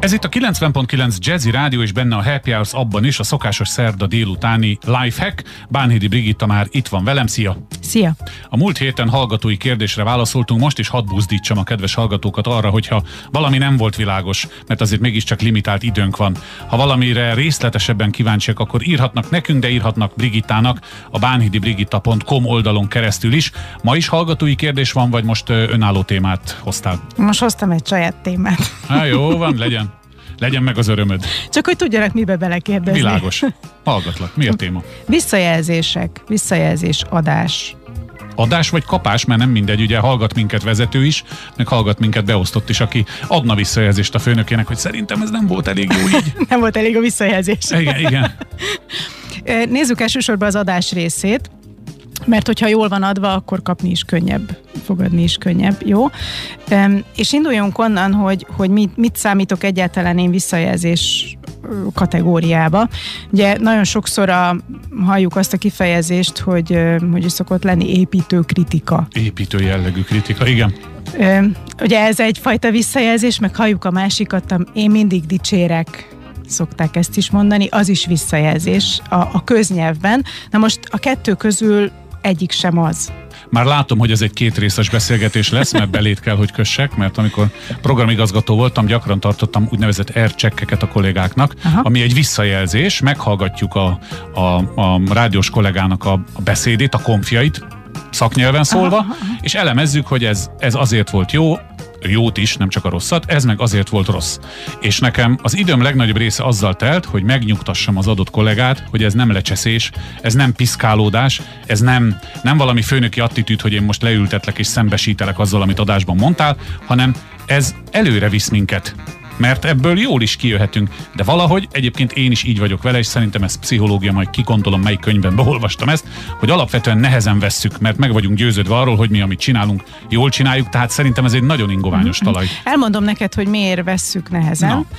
Ez itt a 90.9 Jazzy Rádió, és benne a Happy Hours, abban is a szokásos szerda délutáni Lifehack. Bánhidi Brigitta már itt van velem, szia! Szia! A múlt héten hallgatói kérdésre válaszoltunk, most is hadd buzdítsam a kedves hallgatókat arra, hogyha valami nem volt világos, mert azért mégiscsak limitált időnk van. Ha valamire részletesebben kíváncsiak, akkor írhatnak nekünk, de írhatnak Brigittának a bánhidibrigitta.com oldalon keresztül is. Ma is hallgatói kérdés van, vagy most önálló témát hoztál? Most hoztam egy saját témát. Jó van, legyen meg az örömöd. Csak hogy tudjanak mibe belekérdezni. Világos. Hallgatlak. Mi a téma? Visszajelzések, visszajelzés, adás. Adás vagy kapás, mert nem mindegy, ugye hallgat minket vezető is, meg hallgat minket beosztott is, aki adna visszajelzést a főnökének, hogy szerintem ez nem volt elég jó így. Nem volt elég a visszajelzés. Igen. Nézzük elsősorban az adás részét, mert hogyha jól van adva, akkor kapni is könnyebb, fogadni is könnyebb, jó? És induljunk onnan, hogy mit számítok egyáltalán én visszajelzés kategóriába. Ugye nagyon sokszor halljuk azt a kifejezést, hogy szokott lenni építő kritika. Építő jellegű kritika, igen. Ugye ez egyfajta visszajelzés, meg halljuk a másikat, én mindig dicsérek, szokták ezt is mondani, az is visszajelzés a köznyelvben. Na most a kettő közül egyik sem az. Már látom, hogy ez egy kétrészes beszélgetés lesz, mert belét kell, hogy kössek, mert amikor programigazgató voltam, gyakran tartottam úgynevezett aircheckeket a kollégáknak, ami egy visszajelzés, meghallgatjuk a rádiós kollégának a beszédét, a konfjait, szaknyelven szólva, és elemezzük, hogy ez azért volt jó, jót is, nem csak a rosszat, ez meg azért volt rossz. És nekem az időm legnagyobb része azzal telt, hogy megnyugtassam az adott kollégát, hogy ez nem lecseszés, ez nem piszkálódás, ez nem valami főnöki attitűd, hogy én most leültetlek és szembesítelek azzal, amit adásban mondtál, hanem ez előre visz minket. Mert ebből jól is kijöhetünk, de valahogy egyébként én is így vagyok vele, és szerintem ez pszichológia, majd kikontolom, melyik könyvben beolvastam ezt, hogy alapvetően nehezen vesszük, mert meg vagyunk győződve arról, hogy mi, amit csinálunk, jól csináljuk, tehát szerintem ez egy nagyon ingoványos talaj. Elmondom neked, hogy miért vesszük nehezen. No.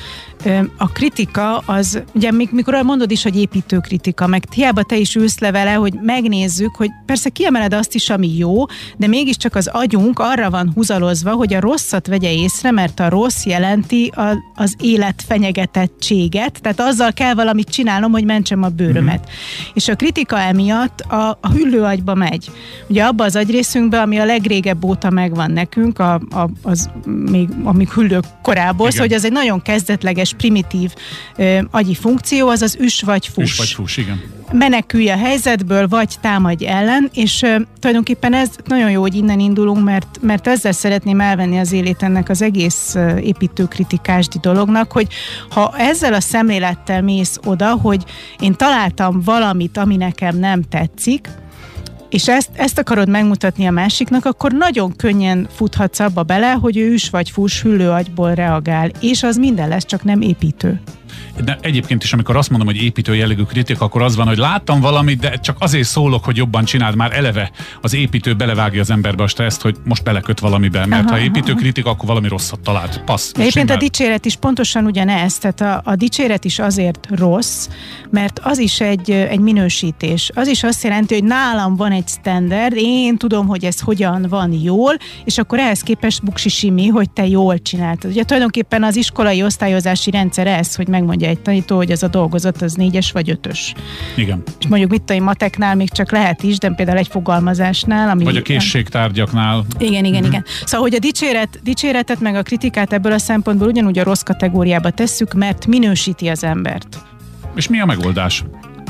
A kritika az, ugye mikor mondod is, hogy építő kritika, meg hiába te is ülsz le vele, hogy megnézzük, hogy persze kiemeled azt is, ami jó, de mégiscsak az agyunk arra van húzalozva, hogy a rosszat vegye észre, mert a rossz jelenti az élet fenyegetettséget, tehát azzal kell valamit csinálnom, hogy mentsem a bőrömet. És a kritika emiatt a hüllőagyba megy. Ugye abba az agyrészünkbe, ami a legrégebb óta megvan nekünk, az még amíg hüllők korából, szóval, hogy az egy nagyon kezdetleges, primitív agyi funkció, az üs vagy fuss. Üs vagy fuss, igen. Menekülj a helyzetből, vagy támadj ellen, és tulajdonképpen ez nagyon jó, hogy innen indulunk, mert ezzel szeretném elvenni az élét ennek az egész építőkritikásdi dolognak, hogy ha ezzel a szemlélettel mész oda, hogy én találtam valamit, ami nekem nem tetszik, és ezt akarod megmutatni a másiknak, akkor nagyon könnyen futhatsz abba bele, hogy ő üs vagy fuss, hüllőagyból reagál, és az minden lesz, csak nem építő. De egyébként is, amikor azt mondom, hogy építő jellegű kritika, akkor az van, hogy láttam valamit, de csak azért szólok, hogy jobban csináld, már eleve az építő belevágja az emberbe a stresszt, hogy most beleköt valamibe, mert ha építő kritika, akkor valami rosszat talált. Passz. Egyébként a dicséret is pontosan ugyanez, tehát a dicséret is azért rossz, mert az is egy minősítés. Az is azt jelenti, hogy nálam van egy standard, én tudom, hogy ez hogyan van jól, és akkor ehhez képest buksisimi, hogy te jól csináltad. Ugye tulajdonképpen az iskolai osztályozási rendszer ez, hogy megmondja egy tanító, hogy ez a dolgozat az 4-es vagy 5-ös. Igen. És mondjuk mit tudom, mateknál még csak lehet is, de például egy fogalmazásnál, ami... Vagy a készségtárgyaknál. Igen. Szóval, hogy a dicséretet meg a kritikát ebből a szempontból ugyanúgy a rossz kategóriába tesszük, mert minősíti az embert. És mi a megoldás?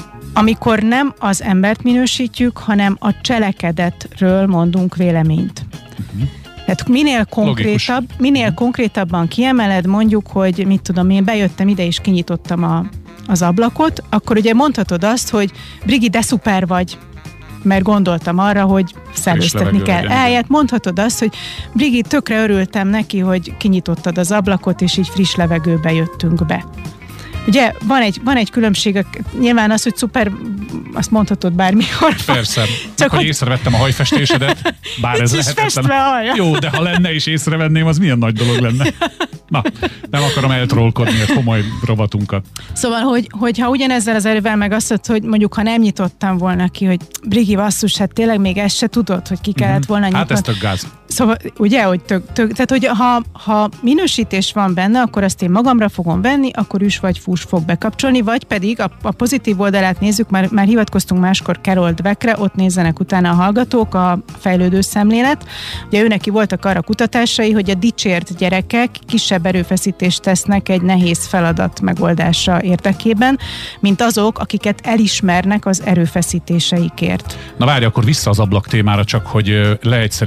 Amikor nem az embert minősítjük, hanem a cselekedetről mondunk véleményt. Tehát minél konkrétabban kiemeled, mondjuk, hogy mit tudom, én bejöttem ide és kinyitottam az ablakot, akkor ugye mondhatod azt, hogy Brigi, de szuper vagy, mert gondoltam arra, hogy szellőztetni kell. Eljött, mondhatod azt, hogy Brigi, tökre örültem neki, hogy kinyitottad az ablakot, és így friss levegőbe jöttünk be. Ugye van egy különbség, nyilván az, hogy szuper, azt mondhatod bármikor. Persze, csak hogy észrevettem a hajfestésedet, bár ez lehetetlen. Jó, de ha lenne és észrevenném, az milyen nagy dolog lenne. Na, nem akarom eltrollkodni a komoly rovatunkat. Szóval, hogyha ugyanezzel az erővel meg azt mondod, hogy mondjuk, ha nem nyitottam volna ki, hogy Brigi, basszus, hát tényleg még ezt se tudod, hogy ki kellett volna nyitni. Hát ez tök gáz. Szóval, ugye, hogy tehát, hogy ha minősítés van benne, akkor azt én magamra fogom venni, akkor üs vagy fús fog bekapcsolni, vagy pedig a pozitív oldalát nézzük, már hivatkoztunk máskor Carol Dweckre, ott nézzenek utána a hallgatók, a fejlődő szemlélet. Ugye őneki voltak arra kutatásai, hogy a dicsért gyerekek kisebb erőfeszítést tesznek egy nehéz feladat megoldása érdekében, mint azok, akiket elismernek az erőfeszítéseikért. Na várj, akkor vissza az ablak témára, csak hogy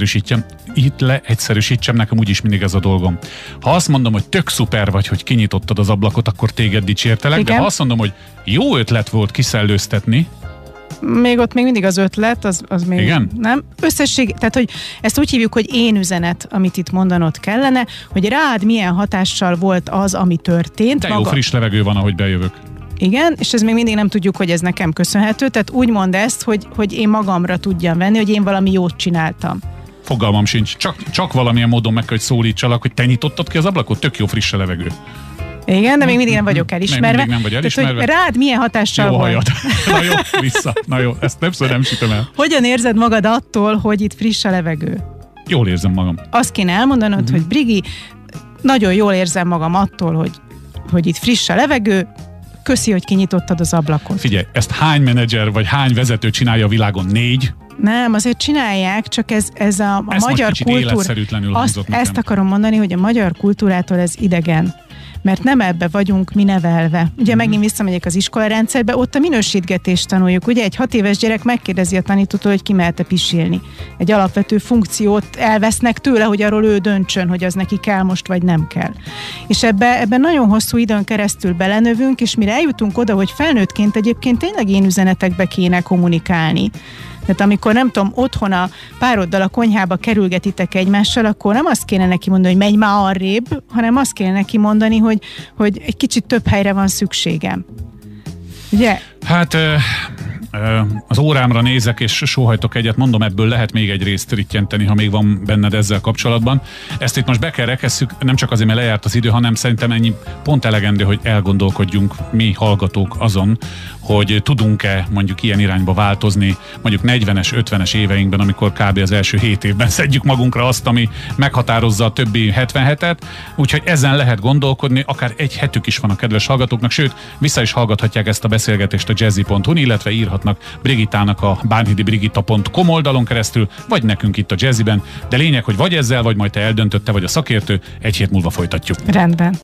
leegyszerűsítsem, nekem úgyis mindig ez a dolgom. Ha azt mondom, hogy tök szuper vagy, hogy kinyitottad az ablakot, akkor téged dicsértelek, igen. De ha azt mondom, hogy jó ötlet volt kiszellőztetni, még ott még mindig az ötlet, az még igen? Nem. Összesség, tehát hogy ezt úgy hívjuk, hogy én üzenet, amit itt mondanod kellene, hogy rád milyen hatással volt az, ami történt. De jó friss levegő van, ahogy bejövök. Igen, és ez még mindig nem tudjuk, hogy ez nekem köszönhető, tehát úgy mondd ezt, hogy én magamra tudjam venni, hogy én valami jót csináltam. Fogalmam sincs. Csak valamilyen módon meg kell, hogy szólítsalak, hogy te nyitottad ki az ablakot, tök jó friss levegő. Igen, de még mindig nem vagyok elismerve. Még mindig nem vagy elismerve. Tehát, rád milyen hatással jó volt? Na jó, vissza. Na jó, ezt többször nem sütöm el. Hogyan érzed magad attól, hogy itt friss a levegő? Jól érzem magam. Azt kéne elmondanod, hogy Brigi, nagyon jól érzem magam attól, hogy itt friss a levegő, köszi, hogy kinyitottad az ablakot. Figyelj, ezt hány menedzser vagy hány vezető csinálja a világon? 4? Nem, azért csinálják, csak ez a magyar kultúra. Ezt akarom mondani, hogy a magyar kultúrától ez idegen. Mert nem ebbe vagyunk mi nevelve. Ugye megint visszamegyek az iskolarendszerbe, ott a minősítgetést tanuljuk. Ugye egy 6 éves gyerek megkérdezi a tanítótól, hogy ki mehet-e pisilni. Egy alapvető funkciót elvesznek tőle, hogy arról ő döntsön, hogy az neki kell most, vagy nem kell. És ebben nagyon hosszú időn keresztül belenövünk, és mire eljutunk oda, hogy felnőttként egyébként tényleg én üzenetekbe kéne kommunikálni. Tehát amikor nem tudom, otthon a pároddal a konyhába kerülgetitek egymással, akkor nem azt kéne neki mondani, hogy menj már arrébb, hanem azt kéne neki mondani, hogy egy kicsit több helyre van szükségem. Ugye? Hát az órámra nézek, és sóhajtok egyet, mondom, ebből lehet még egy részt rittyenteni, ha még van benned ezzel kapcsolatban. Ezt itt most be kell rekesszük, nem csak azért, mert lejárt az idő, hanem szerintem ennyi pont elegendő, hogy elgondolkodjunk mi hallgatók azon, hogy tudunk-e mondjuk ilyen irányba változni, mondjuk 40-es, 50-es éveinkben, amikor kb. Az első 7 évben szedjük magunkra azt, ami meghatározza a többi 77-et, úgyhogy ezen lehet gondolkodni, akár egy hetük is van a kedves hallgatóknak, sőt, vissza is hallgathatják ezt a beszélgetést a jazzy.hu-n, illetve írhatnak Brigitának a bánhidibrigita.com oldalon keresztül, vagy nekünk itt a Jazzyben, de lényeg, hogy vagy ezzel, vagy majd te eldöntötte, vagy a szakértő, egy hét múlva folytatjuk. Rendben.